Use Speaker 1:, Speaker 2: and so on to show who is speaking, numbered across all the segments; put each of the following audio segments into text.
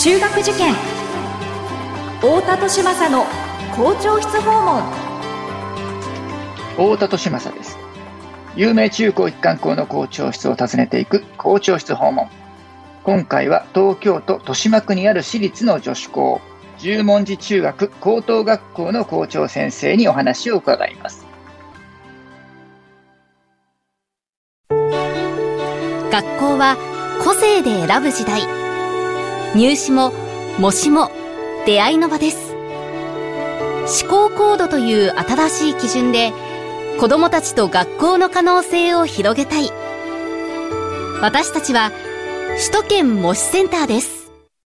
Speaker 1: 中学受験、太田利政の校長室訪問。
Speaker 2: 太田利政です。有名中高一貫校の校長室を訪ねていく校長室訪問。今回は東京都豊島区にある私立の女子校、十文字中学高等学校の校長先生にお話を伺います。
Speaker 3: 学校は個性で選ぶ時代。入試も模試も出会いの場です。思考コードという新しい基準で子どもたちと学校の可能性を広げたい。私たちは首都圏模試センターです。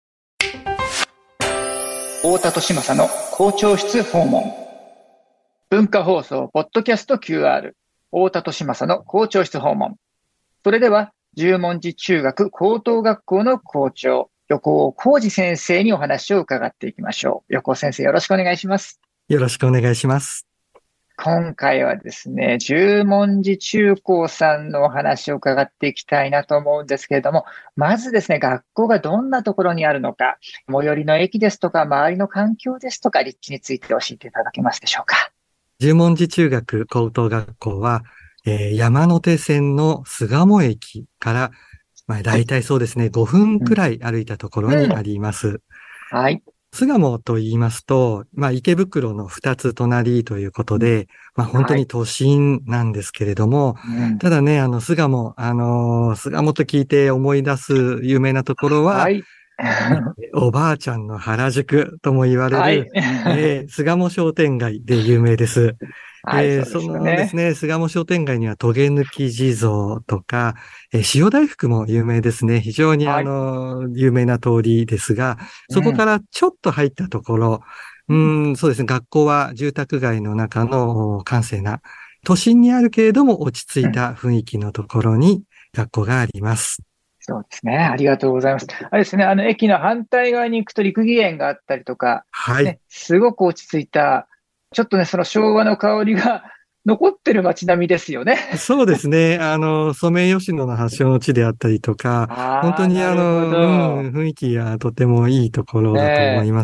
Speaker 2: 太田利政の校長室訪問。文化放送ポッドキャスト QR 太田利政の校長室訪問。それでは十文字中学高等学校の校長、横尾浩二先生にお話を伺っていきましょう。横尾先生、よろしくお願いします。
Speaker 4: よろしくお願いします。
Speaker 2: 今回はですね、十文字中高さんのお話を伺っていきたいなと思うんですけれども、まずですね、学校がどんなところにあるのか、最寄りの駅ですとか、周りの環境ですとか、立地について教えていただけますでしょうか。
Speaker 4: 十文字中学高等学校は、山手線の巣鴨駅から、だいたいそうですね、5分くらい歩いたところにあります。
Speaker 2: はい。
Speaker 4: 巣鴨と言いますと、池袋の2つ隣ということで、本当に都心なんですけれども、ただね、巣鴨と聞いて思い出す有名なところは、おばあちゃんの原宿とも言われる、巣鴨商店街で有名です。そのですね、巣鴨商店街にはトゲ抜き地蔵とか、塩大福も有名ですね。非常に有名な通りですが、そこからちょっと入ったところ、そうですね、学校は住宅街の中の閑静な、都心にあるけれども落ち着いた雰囲気のところに学校があります。
Speaker 2: そうですね。ありがとうございます。あれですね、駅の反対側に行くと六義園があったりとか、すごく落ち着いた、ちょっとね、その昭和の香りが残ってる街並みですよね。
Speaker 4: そうですね。ソメイヨシノの発祥の地であったりとか、本当に雰囲気がとてもいいところだと思います。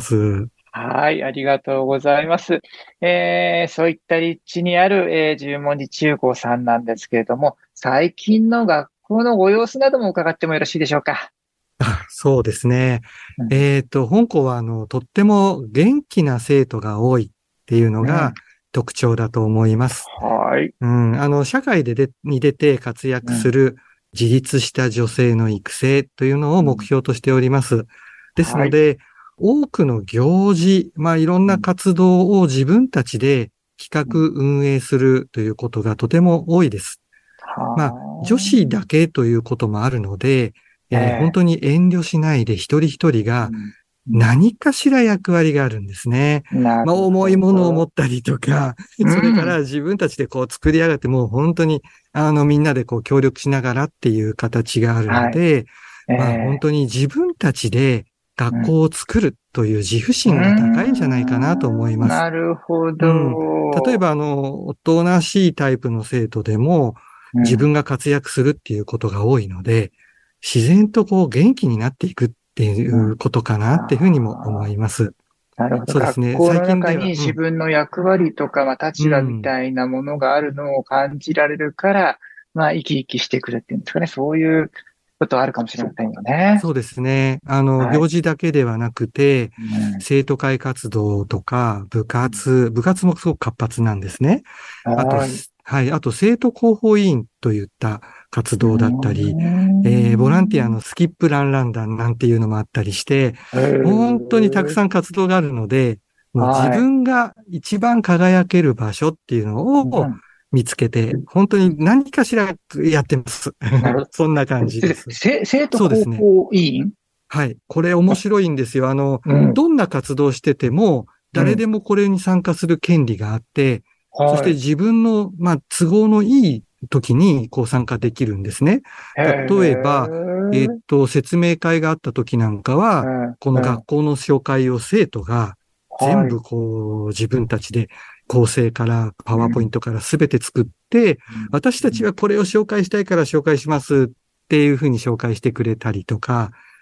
Speaker 2: はい、ありがとうございます。そういった立地にある、十文字中高さんなんですけれども、最近の学校のご様子なども伺ってもよろしいでしょうか。
Speaker 4: そうですね。本校はとっても元気な生徒が多いっていうのが特徴だと思います。
Speaker 2: はい。
Speaker 4: 社会に出て活躍する自立した女性の育成というのを目標としております。ですので、多くの行事、いろんな活動を自分たちで企画運営するということがとても多いです。女子だけということもあるので、本当に遠慮しないで一人一人が何かしら役割があるんですね。重いものを持ったりとか、それから自分たちで作り上がってもう本当にみんなで協力しながらっていう形があるので、本当に自分たちで学校を作るという自負心が高いんじゃないかなと思います。
Speaker 2: なるほど。
Speaker 4: 例えばおとなしいタイプの生徒でも自分が活躍するっていうことが多いので、自然と元気になっていくっていうことかなっていうふうにも思います。
Speaker 2: なるほど。そうですね。学校の中に自分の役割とか、立場みたいなものがあるのを感じられるから、生き生きしてくるっていうんですかね。そういうことあるかもしれませんよね。
Speaker 4: そうですね。行事だけではなくて、生徒会活動とか、部活もすごく活発なんですね。あと生徒広報委員といった活動だったり、ボランティアのスキップランランダンなんていうのもあったりして、本当にたくさん活動があるので、もう自分が一番輝ける場所っていうのを見つけて、本当に何かしらやってます。そんな感じです。
Speaker 2: 生徒広報委員？
Speaker 4: はい。これ面白いんですよ。どんな活動してても、誰でもこれに参加する権利があって、そして自分の、都合のいい時に参加できるんですね。例えば、説明会があった時なんかは、この学校の紹介を生徒が全部自分たちで構成からパワーポイントからすべて作って、私たちはこれを紹介したいから紹介しますっていうふうに紹介してくれたりとか、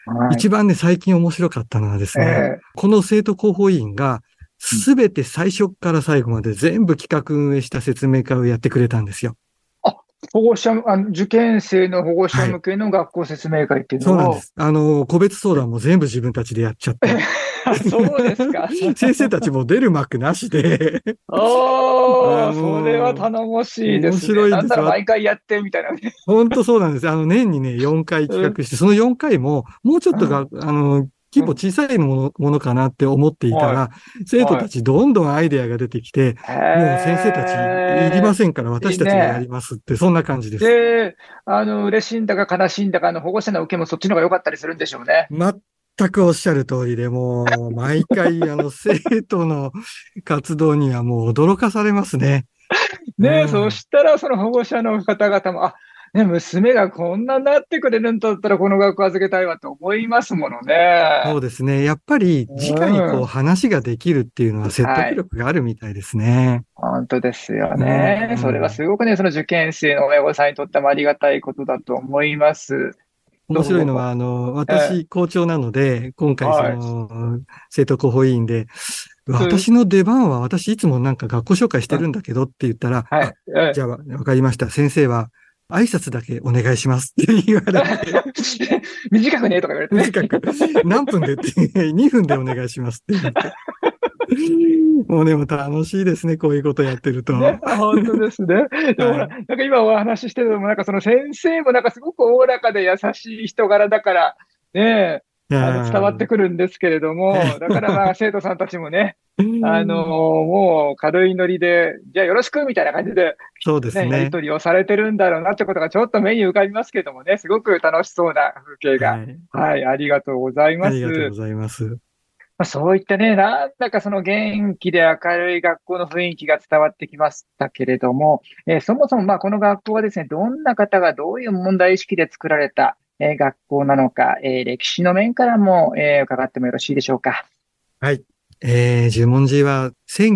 Speaker 2: はい。
Speaker 4: 一番ね、最近面白かったのはですね、
Speaker 2: え
Speaker 4: この生徒広報委員が、すべて最初から最後まで全部企画運営した説明会をやってくれたんですよ。
Speaker 2: あ、保護者、受験生の保護者
Speaker 4: はい。
Speaker 2: 向けの学校説明会っていうのを、
Speaker 4: そうなんです。個別相談も全部自分たちでやっちゃって。
Speaker 2: そうですか。
Speaker 4: 先生たちも出る幕なしで
Speaker 2: ああ、それは
Speaker 4: も
Speaker 2: 頼もし
Speaker 4: う、
Speaker 2: いで
Speaker 4: 面
Speaker 2: すね。
Speaker 4: 白いんですよ。
Speaker 2: なんなら毎回やってみたいなね。
Speaker 4: 本当そうなんです。年にね、4回
Speaker 2: うん、
Speaker 4: 企画して、その4回も、もうちょっと
Speaker 2: うん、
Speaker 4: 規
Speaker 2: うん。
Speaker 4: 模小さいものかなって思っていた
Speaker 2: はい、
Speaker 4: ら、生徒
Speaker 2: は
Speaker 4: たちどんどんアイデアが出てきて、
Speaker 2: い。
Speaker 4: もう先生たちいりま
Speaker 2: へ
Speaker 4: せんから
Speaker 2: え、いい
Speaker 4: 私たちがやり
Speaker 2: ね。
Speaker 4: ますって、そんな感じです。
Speaker 2: で、嬉しいんだか悲しいんだか、保護者の受けもそっちの方が良かったりするんでしょうね。
Speaker 4: 全くおっしゃる通りで、もう、毎回、生徒の活動にはもう驚かされますね。う
Speaker 2: ねえ、そ
Speaker 4: ん。
Speaker 2: したらその保護者の方々も、あ、ね、娘がこんなになってくれるんだったら、この学校預けたいわと思いますものね。
Speaker 4: そうですね。やっぱり、
Speaker 2: う
Speaker 4: 直にこう
Speaker 2: ん。
Speaker 4: 話ができるっていうのは説得
Speaker 2: はい。
Speaker 4: 力があるみたいですね。
Speaker 2: 本当ですよ
Speaker 4: う
Speaker 2: ね。それは
Speaker 4: ん。
Speaker 2: すごくね、その受験生の親御さんにとってもありがたいことだと思います。
Speaker 4: 面白いのは、
Speaker 2: そええ、
Speaker 4: 私、校長なので、今回、
Speaker 2: はい。
Speaker 4: 生徒広報委員で、
Speaker 2: うん、
Speaker 4: 私の出番は私いつもなんか学校紹介して
Speaker 2: うん、
Speaker 4: るんだけどって言ったら、あ、
Speaker 2: はい。ええ。
Speaker 4: じゃあ、わかりました。先生は挨拶だけお願いしますって言われて、
Speaker 2: 短くねとか言われてね。
Speaker 4: 短く、何分でって2分でお願いしますって言われて。もうでも楽しいですね、こういうことやってると。
Speaker 2: ね、本当ですね。でもほら、
Speaker 4: はい。
Speaker 2: なんか今お話ししてるのも、なんかその先生もなんかすごくおおらかで優しい人柄だから、ね、
Speaker 4: い
Speaker 2: 伝わって
Speaker 4: やー、
Speaker 2: くるんですけれども、だからまあ生徒さんたちもね、もう軽いノリで、じゃあよろしくみたいな感じで、
Speaker 4: そうです
Speaker 2: ね、やり
Speaker 4: ね。
Speaker 2: とりをされてるんだろうなってことがちょっと目に浮かびますけどもね、すごく楽しそうな風景が。
Speaker 4: はい。
Speaker 2: はい、ありがとうござい
Speaker 4: あ
Speaker 2: ます。
Speaker 4: りがとうございます。
Speaker 2: まあ、そういったね、なんだかその元気で明るい学校の雰囲気が伝わってきましたけれども、そもそもまあこの学校はですね、どんな方がどういう問題意識で作られた、学校なのか、歴史の面からも、伺ってもよろしいでしょうか。
Speaker 4: はい。十文字は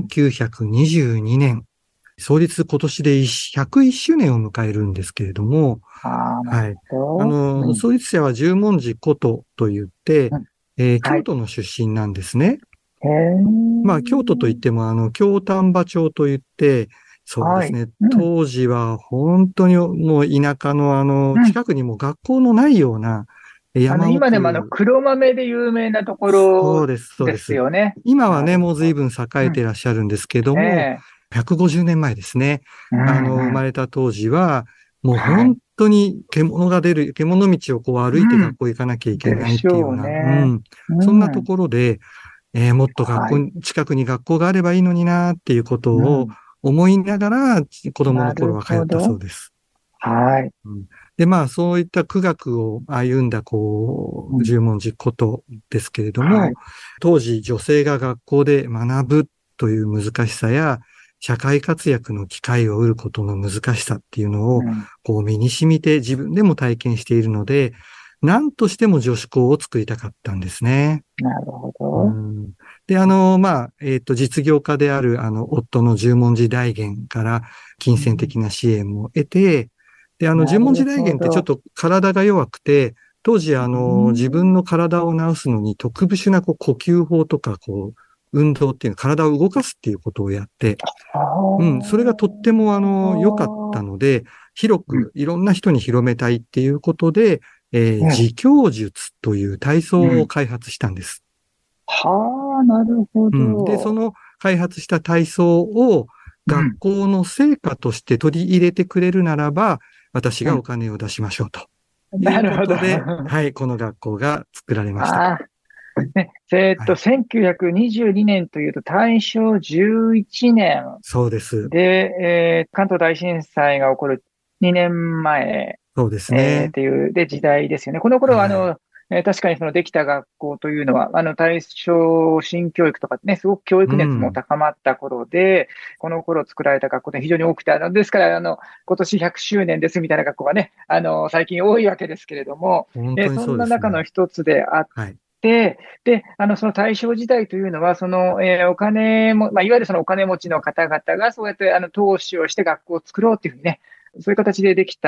Speaker 4: 1922年、創立今年で101周年を迎えるんですけれども、
Speaker 2: ああ、なる
Speaker 4: はい。
Speaker 2: ほど。うん。
Speaker 4: 創立者は十文字ことと言って、
Speaker 2: うん。はい。
Speaker 4: 京都の出身なんですね。
Speaker 2: へえ。
Speaker 4: まあ、京都といっても、京丹波町といって、そうで
Speaker 2: はい。
Speaker 4: すね。
Speaker 2: うん。
Speaker 4: 当時は本当にもう田舎の
Speaker 2: うん。
Speaker 4: 近くにも学校のないような山
Speaker 2: 今でも
Speaker 4: 奥、
Speaker 2: 黒豆で有名なところ
Speaker 4: そうです、そう
Speaker 2: で
Speaker 4: です。
Speaker 2: すよね。
Speaker 4: 今はね、
Speaker 2: なる
Speaker 4: もう随
Speaker 2: ほど。
Speaker 4: 分栄
Speaker 2: うん。
Speaker 4: えていらっしゃるんですけども、
Speaker 2: ええ。
Speaker 4: 150年前ですね。
Speaker 2: うん、
Speaker 4: 生ま
Speaker 2: うん。
Speaker 4: れた当時は、もう
Speaker 2: はい。
Speaker 4: 本当に獣道をこう歩いて
Speaker 2: うん。
Speaker 4: 学校行かなきゃいけないっ
Speaker 2: でしょう
Speaker 4: ていうような、う
Speaker 2: ね。
Speaker 4: ん、
Speaker 2: う
Speaker 4: そんなと
Speaker 2: ん。
Speaker 4: ころで、もっと
Speaker 2: はい。
Speaker 4: 近くに学校があればいいのになっていうことを
Speaker 2: うん。
Speaker 4: 思いながら、子供の頃
Speaker 2: なる
Speaker 4: は通ったそ
Speaker 2: ほど。
Speaker 4: うです。
Speaker 2: はい。
Speaker 4: うん、で、まあ、そういった苦学を歩んだ、
Speaker 2: うん。
Speaker 4: 十文字ことですけれども、
Speaker 2: はい。
Speaker 4: 当時女性が学校で学ぶという難しさや、社会活躍の機会を得ることの難しさっていうのを、
Speaker 2: うん。
Speaker 4: 身に染みて自分でも体験しているので、何としても女子校を作りたかったんですね。
Speaker 2: なるほ
Speaker 4: う
Speaker 2: ど。
Speaker 4: ん、で、まあ、実業家である、夫の十文字大元から金銭
Speaker 2: うん。
Speaker 4: 的な支援も得て、で、十文字
Speaker 2: なる
Speaker 4: 大元ってちょっ
Speaker 2: ほど。
Speaker 4: と体が弱くて、当時、
Speaker 2: う
Speaker 4: 自分
Speaker 2: ん。
Speaker 4: の体を治すのに特殊な、呼吸法とか、運動っていう体を動かすっていうことをやって、
Speaker 2: あ
Speaker 4: うん、それがとっても、良かった
Speaker 2: あ。
Speaker 4: ので、広
Speaker 2: うん。
Speaker 4: くいろんな人に広めたいっていうことで、
Speaker 2: ね。
Speaker 4: 自供術という体操を
Speaker 2: うん。
Speaker 4: 開発したんです。
Speaker 2: はあ、なるほ
Speaker 4: うん。で、そ
Speaker 2: ど。
Speaker 4: の開発した体操を学
Speaker 2: うん。
Speaker 4: 校の成果として取り入れてくれるならば、私
Speaker 2: うん。
Speaker 4: がお金を出しましょうというこ
Speaker 2: なるほど。
Speaker 4: とで、はい、この学校が作られました。
Speaker 2: ああ。ね、
Speaker 4: はい。
Speaker 2: 1922年というと大正11年
Speaker 4: そうです。
Speaker 2: で、関東大震災が起こる2年前、
Speaker 4: そうですね。
Speaker 2: っていう、で、時代ですよね。この頃は、
Speaker 4: はい。
Speaker 2: 確かにそのできた学校というのは、大正新教育とかね、すごく教
Speaker 4: う
Speaker 2: 育熱も
Speaker 4: ん。
Speaker 2: 高まった頃で、この頃作られた学校って非常に多くて、ですから、今年100周年ですみたいな学校がね、最近多いわけですけれども、
Speaker 4: 本当に
Speaker 2: そん
Speaker 4: そうですね。
Speaker 2: な中の一つであっ
Speaker 4: はい。
Speaker 2: で、その大正時代というのは、その、お金も、まあ、いわゆるそのお金持ちの方々が、そうやって、投資をして学校を作ろうっていうふうにね、そういう形でできた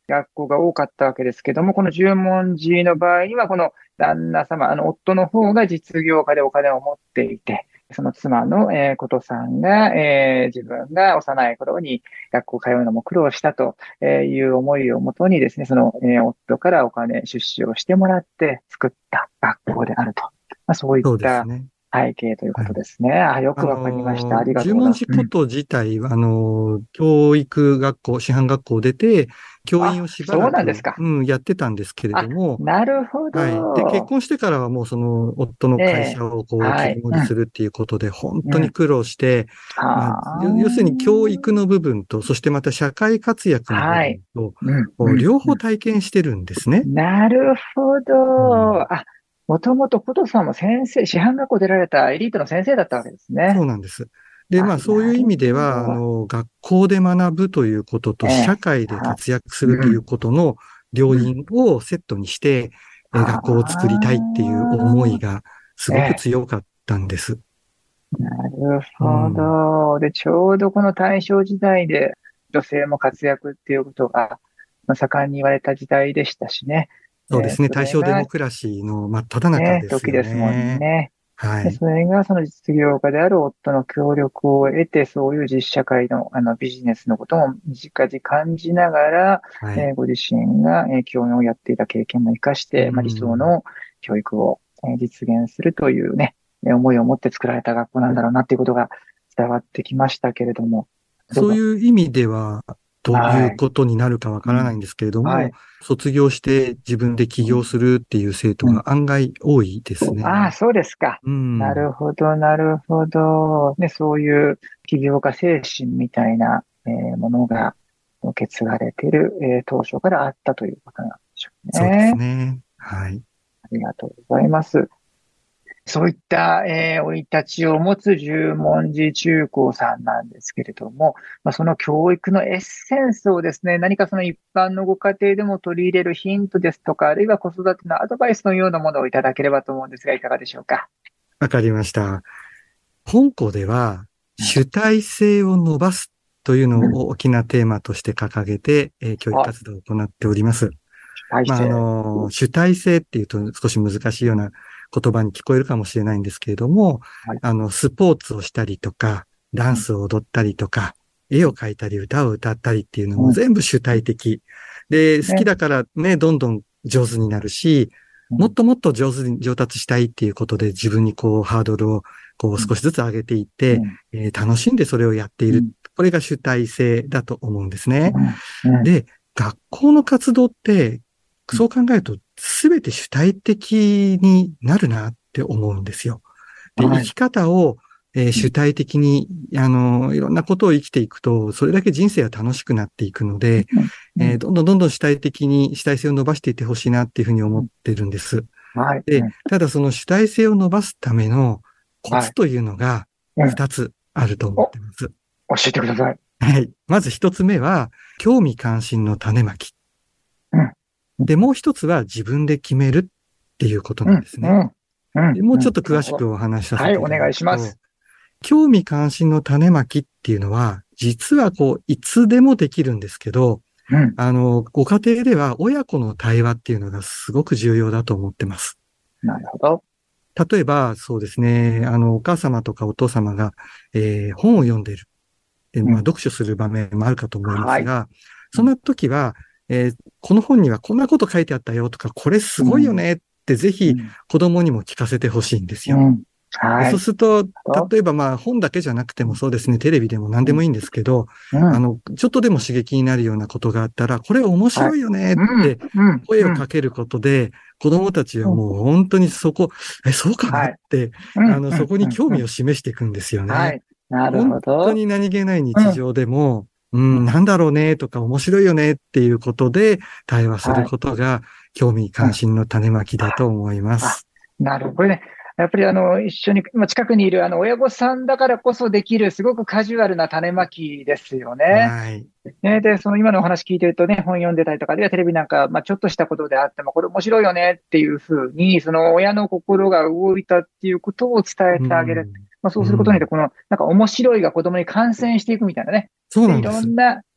Speaker 2: 学校が多かったわけですけども、この十文字の場合には、この旦那様、夫の方が実業家でお金を持っていて、その妻の、ことさんが、自分が幼い頃に学校通うのも苦労したという思いをもとにですね、その、夫からお金出資をしてもらって作った学校であると。そういった
Speaker 4: そうですね。
Speaker 2: 背景ということですね。よくわかりました。ありがと
Speaker 4: 十
Speaker 2: うございます。
Speaker 4: 文字こと自体は、教育学校、師範学校を出て、教員をしば
Speaker 2: そう
Speaker 4: らく、
Speaker 2: なんですか。
Speaker 4: やってたんですけれども、
Speaker 2: なるほど。
Speaker 4: はい。で、結婚してからはもうその夫の会社を
Speaker 2: はい。
Speaker 4: 切り盛りするっていうことで、本当に苦労して、要するに教育の部分と、そしてまた社会活躍の部分と、両方体験してるんですね。
Speaker 2: なるほど。もともとことさんも先生、師範学校出られたエリートの先生だったわけですね。
Speaker 4: そうなんです。で、そういう意味では、学校で学ぶということと、社会で活躍するということの両輪をセットにして、学校を作りたいっていう思いがすごく強かったんです。
Speaker 2: なるほど。で、ちょうどこの大正時代で女性も活躍っていうことが、盛んに言われた時代でしたしね。
Speaker 4: そうですね。大正デモクラシーの真っ只中ですよね。
Speaker 2: 時ですもんね。
Speaker 4: はい。
Speaker 2: それがその実業家である夫の協力を得て、そういう実社会のビジネスのことも身近に感じながら、ご自身が教員をやっていた経験も活かして、理想の教育を実現するというね、思いを持って作られた学校なんだろうなっていうことが伝わってきましたけれども。
Speaker 4: そういう意味では、どういうことになるかわからないんですけれども、卒業して自分で起業するっていう生徒が案外多いですね。
Speaker 2: そうですか。なるほど、なるほど。ね、そういう起業家精神みたいなものが受け継がれている当初からあったということなんでしょうね。
Speaker 4: そうですね。はい。
Speaker 2: ありがとうございます。そういった、生い立ちを持つ十文字中高さんなんですけれども、その教育のエッセンスをですね、何かその一般のご家庭でも取り入れるヒントですとか、あるいは子育てのアドバイスのようなものをいただければと思うんですが、いかがでしょうか。
Speaker 4: わかりました。本校では、主体性を伸ばすというのを大きなテーマとして掲げて、教育活動を行っております。主体性っていうと少し難しいような言葉に聞こえるかもしれないんですけれども、スポーツをしたりとか、ダンスを踊ったりとか、絵を描いたり歌を歌ったりっていうのも全部主体的。で、好きだからね、どんどん上手になるし、もっともっと上手に上達したいっていうことで自分にハードルを少しずつ上げていって、楽しんでそれをやっている。これが主体性だと思うんですね。で、学校の活動って、そう考えると全て主体的になるなって思うんですよ。で、生き方を、主体的に、いろんなことを生きていくと、それだけ人生は楽しくなっていくので、どんどん主体性を伸ばしていってほしいなっていうふうに思ってるんです。で、ただその主体性を伸ばすためのコツというのが2つあると思ってます。
Speaker 2: 教えてください。
Speaker 4: はい。まず1つ目は、興味関心の種まき。で、もう1つは自分で決めるっていうことなんですね。もうちょっと詳しくお話しさせていただきます。
Speaker 2: はい、お願いします。
Speaker 4: 興味関心の種まきっていうのは、実はいつでもできるんですけど、ご家庭では親子の対話っていうのがすごく重要だと思ってます。
Speaker 2: なるほど。
Speaker 4: 例えば、そうですね、お母様とかお父様が、本を読んでいる。読書する場面もあるかと思いますが、そんな時は、この本にはこんなこと書いてあったよとか、これすごいよねってぜひ子供にも聞かせてほしいんですよ。そうすると、例えば本だけじゃなくてもそうですね、テレビでも何でもいいんですけど、ちょっとでも刺激になるようなことがあったら、これ面白いよねって声をかけることで、子供たちはもう本当にそうかなって、そこに興味を示していくんですよね。
Speaker 2: なるほど。
Speaker 4: 本当に何気ない日常でも、なんだろうねとか面白いよねっていうことで対話することが興味関心の種まきだと思います。
Speaker 2: なるほどね。やっぱり一緒に、近くにいる親御さんだからこそできるすごくカジュアルな種まきですよね。
Speaker 4: はい。
Speaker 2: で、その今のお話聞いてるとね、本読んでたりとか、あるいはテレビなんか、ちょっとしたことであっても、これ面白いよねっていうふうに、その親の心が動いたっていうことを伝えてあげる。そうすることによって、なんか面白いが子供に感染していくみたいなね。
Speaker 4: そうなんです。
Speaker 2: いろんな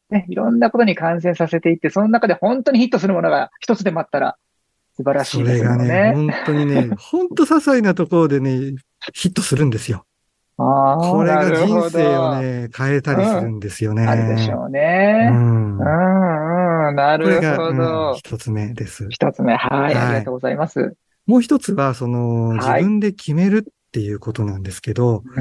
Speaker 2: ね、いろんなことに感染させていって、その中で本当にヒットするものが一つでもあったら素晴らし
Speaker 4: そ
Speaker 2: いです
Speaker 4: れがね、
Speaker 2: よね。
Speaker 4: 本当にね、本当些細なところでね、ヒットするんですよ。
Speaker 2: ああ、
Speaker 4: これが
Speaker 2: なるほ
Speaker 4: 人生を
Speaker 2: ど。
Speaker 4: ね、変えたりする
Speaker 2: うん。
Speaker 4: んですよ
Speaker 2: あるでし
Speaker 4: ね。
Speaker 2: ょう
Speaker 4: う
Speaker 2: ね。う
Speaker 4: ん。
Speaker 2: ん、うん、な
Speaker 4: これが、
Speaker 2: るほど。
Speaker 4: 一つ目です。
Speaker 2: 一つ目。はい、あり
Speaker 4: はい。
Speaker 2: がとうございます。
Speaker 4: もう一つは、自
Speaker 2: はい。
Speaker 4: 分で決めるっていうことなんですけど、
Speaker 2: うん。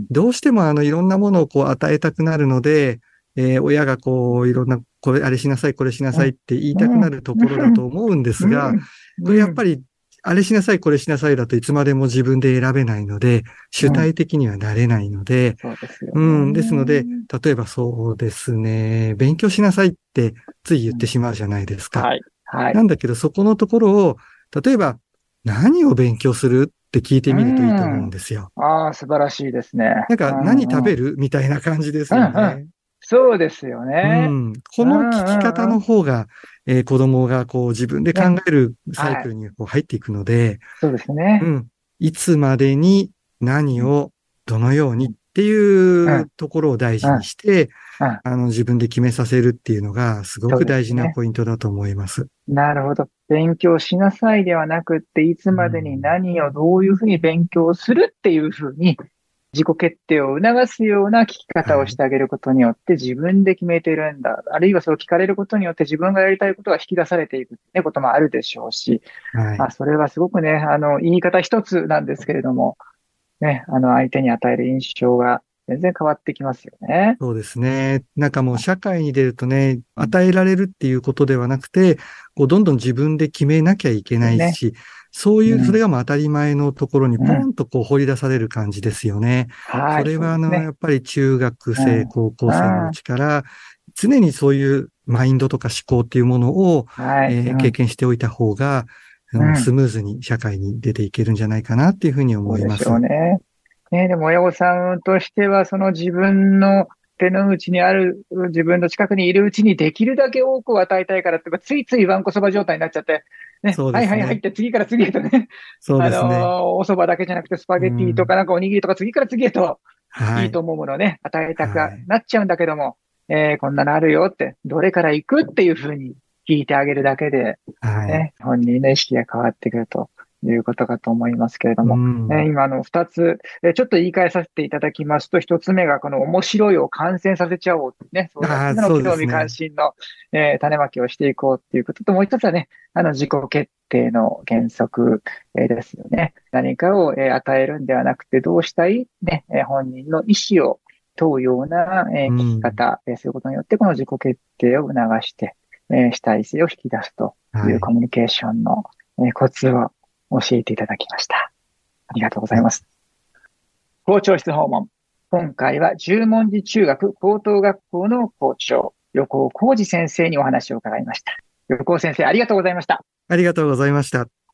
Speaker 4: どうしてもいろんなものをこう与えたくなるので、親がこう、いろんな、これ、あれしなさい、これしな
Speaker 2: うん。
Speaker 4: さいって言いたく
Speaker 2: うん。
Speaker 4: なるところだと思うんですが、
Speaker 2: うん。
Speaker 4: これ
Speaker 2: うん。
Speaker 4: やっぱり、あれしなさい、これしなさいだといつまでも自分で選べないので、主
Speaker 2: うん。
Speaker 4: 体的にはなれないので、
Speaker 2: そうですよ
Speaker 4: うん、ですので、
Speaker 2: ね。
Speaker 4: 例えばそうですね、勉強しなさいってつい言って
Speaker 2: うん。
Speaker 4: しまうじゃないですか。
Speaker 2: はい。はい。
Speaker 4: なんだけど、そこのところを、例えば、何を勉強するって聞いて
Speaker 2: う
Speaker 4: みるといいと思うん
Speaker 2: ん。
Speaker 4: ですよ。
Speaker 2: ああ、素晴らしいですね。
Speaker 4: なんか、何
Speaker 2: うん。うん。
Speaker 4: 食べるみたいな感じです
Speaker 2: うん。
Speaker 4: よね。
Speaker 2: そうですよ
Speaker 4: う
Speaker 2: ね。
Speaker 4: ん。
Speaker 2: う
Speaker 4: この聞き方
Speaker 2: ん。うん。
Speaker 4: の方が、子供がこう自分で考
Speaker 2: ね。
Speaker 4: えるサイ
Speaker 2: はい。
Speaker 4: クルにこう入っていくので、
Speaker 2: そうですね。
Speaker 4: うん。いつまでに何
Speaker 2: うん。
Speaker 4: をどのようにっ
Speaker 2: うん。
Speaker 4: て
Speaker 2: うん。
Speaker 4: いうところを大事に
Speaker 2: うん。
Speaker 4: して、
Speaker 2: うん。
Speaker 4: 自分で決めさせるっていうのがすご
Speaker 2: そう
Speaker 4: く大事な
Speaker 2: ですね。
Speaker 4: ポイントだと思います。
Speaker 2: なるほど。勉強しなさいではなくって、いつ
Speaker 4: う
Speaker 2: までに
Speaker 4: ん。
Speaker 2: 何をどういうふうに勉強するっていうふうに、自己決定を促すような聞き方をし
Speaker 4: はい。
Speaker 2: てあげることによって自分で決めてるんだ。あるいはそれを聞かれることによって自分がやりたいことが引き出されていくってこともあるでしょうし、
Speaker 4: はい。
Speaker 2: それはすごくね、言い方一つなんですけれども、ね、相手に与える印象が全然変わってきますよね。
Speaker 4: そうですね。なんかもう社会に出るとね、
Speaker 2: うん。
Speaker 4: 与えられるっていうことではなくて、こうどんどん自分で決めなきゃいけない
Speaker 2: ね。
Speaker 4: し、そういう、それ
Speaker 2: うん。
Speaker 4: がもう当たり前のところにポ
Speaker 2: うん。
Speaker 4: ンとこう掘り出される感じですよね。
Speaker 2: はい、
Speaker 4: それは
Speaker 2: そうですね。
Speaker 4: やっぱり中学生、
Speaker 2: うん。
Speaker 4: 高校生のう
Speaker 2: うん。
Speaker 4: ちから、常にそういうマインドとか思考っていうものを、
Speaker 2: はい。うん。
Speaker 4: 経験しておいた方が、
Speaker 2: うん。
Speaker 4: スムーズに社会に出ていけるんじゃないかなっていうふうに
Speaker 2: そうでしょう
Speaker 4: 思います。
Speaker 2: ね。ね、でも親御さんとしては、その自分の手の内にある、自分の近くにいるうちにできるだけ多くを与えたいからっていうか、ついついわんこそば状態になっちゃって、ね、
Speaker 4: そう
Speaker 2: はいはいはいっ
Speaker 4: ですね。
Speaker 2: て次から次へとね、
Speaker 4: そうですね。
Speaker 2: お蕎麦だけじゃなくてスパ
Speaker 4: う
Speaker 2: ゲティと
Speaker 4: ん。
Speaker 2: かなんかおにぎりとか次から次へといいと
Speaker 4: はい。
Speaker 2: 思うものをね、与えたく
Speaker 4: はい。
Speaker 2: なっちゃうんだけども、こんなのあるよって、どれから行くっていうふうに聞いてあげるだけで、
Speaker 4: はい。
Speaker 2: ね、本人の意識が変わってくるということかと思いますけれど
Speaker 4: う
Speaker 2: も、
Speaker 4: ん。
Speaker 2: 今の二つ、ちょっと言い換えさせていただきますと、一つ目がこの面白いを感染させちゃおう。ね、そうやっ
Speaker 4: ああ、
Speaker 2: ての
Speaker 4: そうで
Speaker 2: 興味関
Speaker 4: すね。
Speaker 2: 心の、種まきをしていこうっていうことと、もう一つはね、自己決定の原則、ですよね。何かを、与えるんではなくて、どうしたいね、本人の意思を問うような、
Speaker 4: う
Speaker 2: 聞き
Speaker 4: ん。
Speaker 2: 方、することによって、この自己決定を促して、主体性を引き出すとい
Speaker 4: はい。
Speaker 2: うコミュニケーションの、コツを教えていただきました。ありがとうござい
Speaker 4: はい。
Speaker 2: ます。校長室訪問。今回は十文字中学高等学校の校長、横尾浩二先生にお話を伺いました。横尾先生、ありがとうございました。
Speaker 4: ありがとうございました。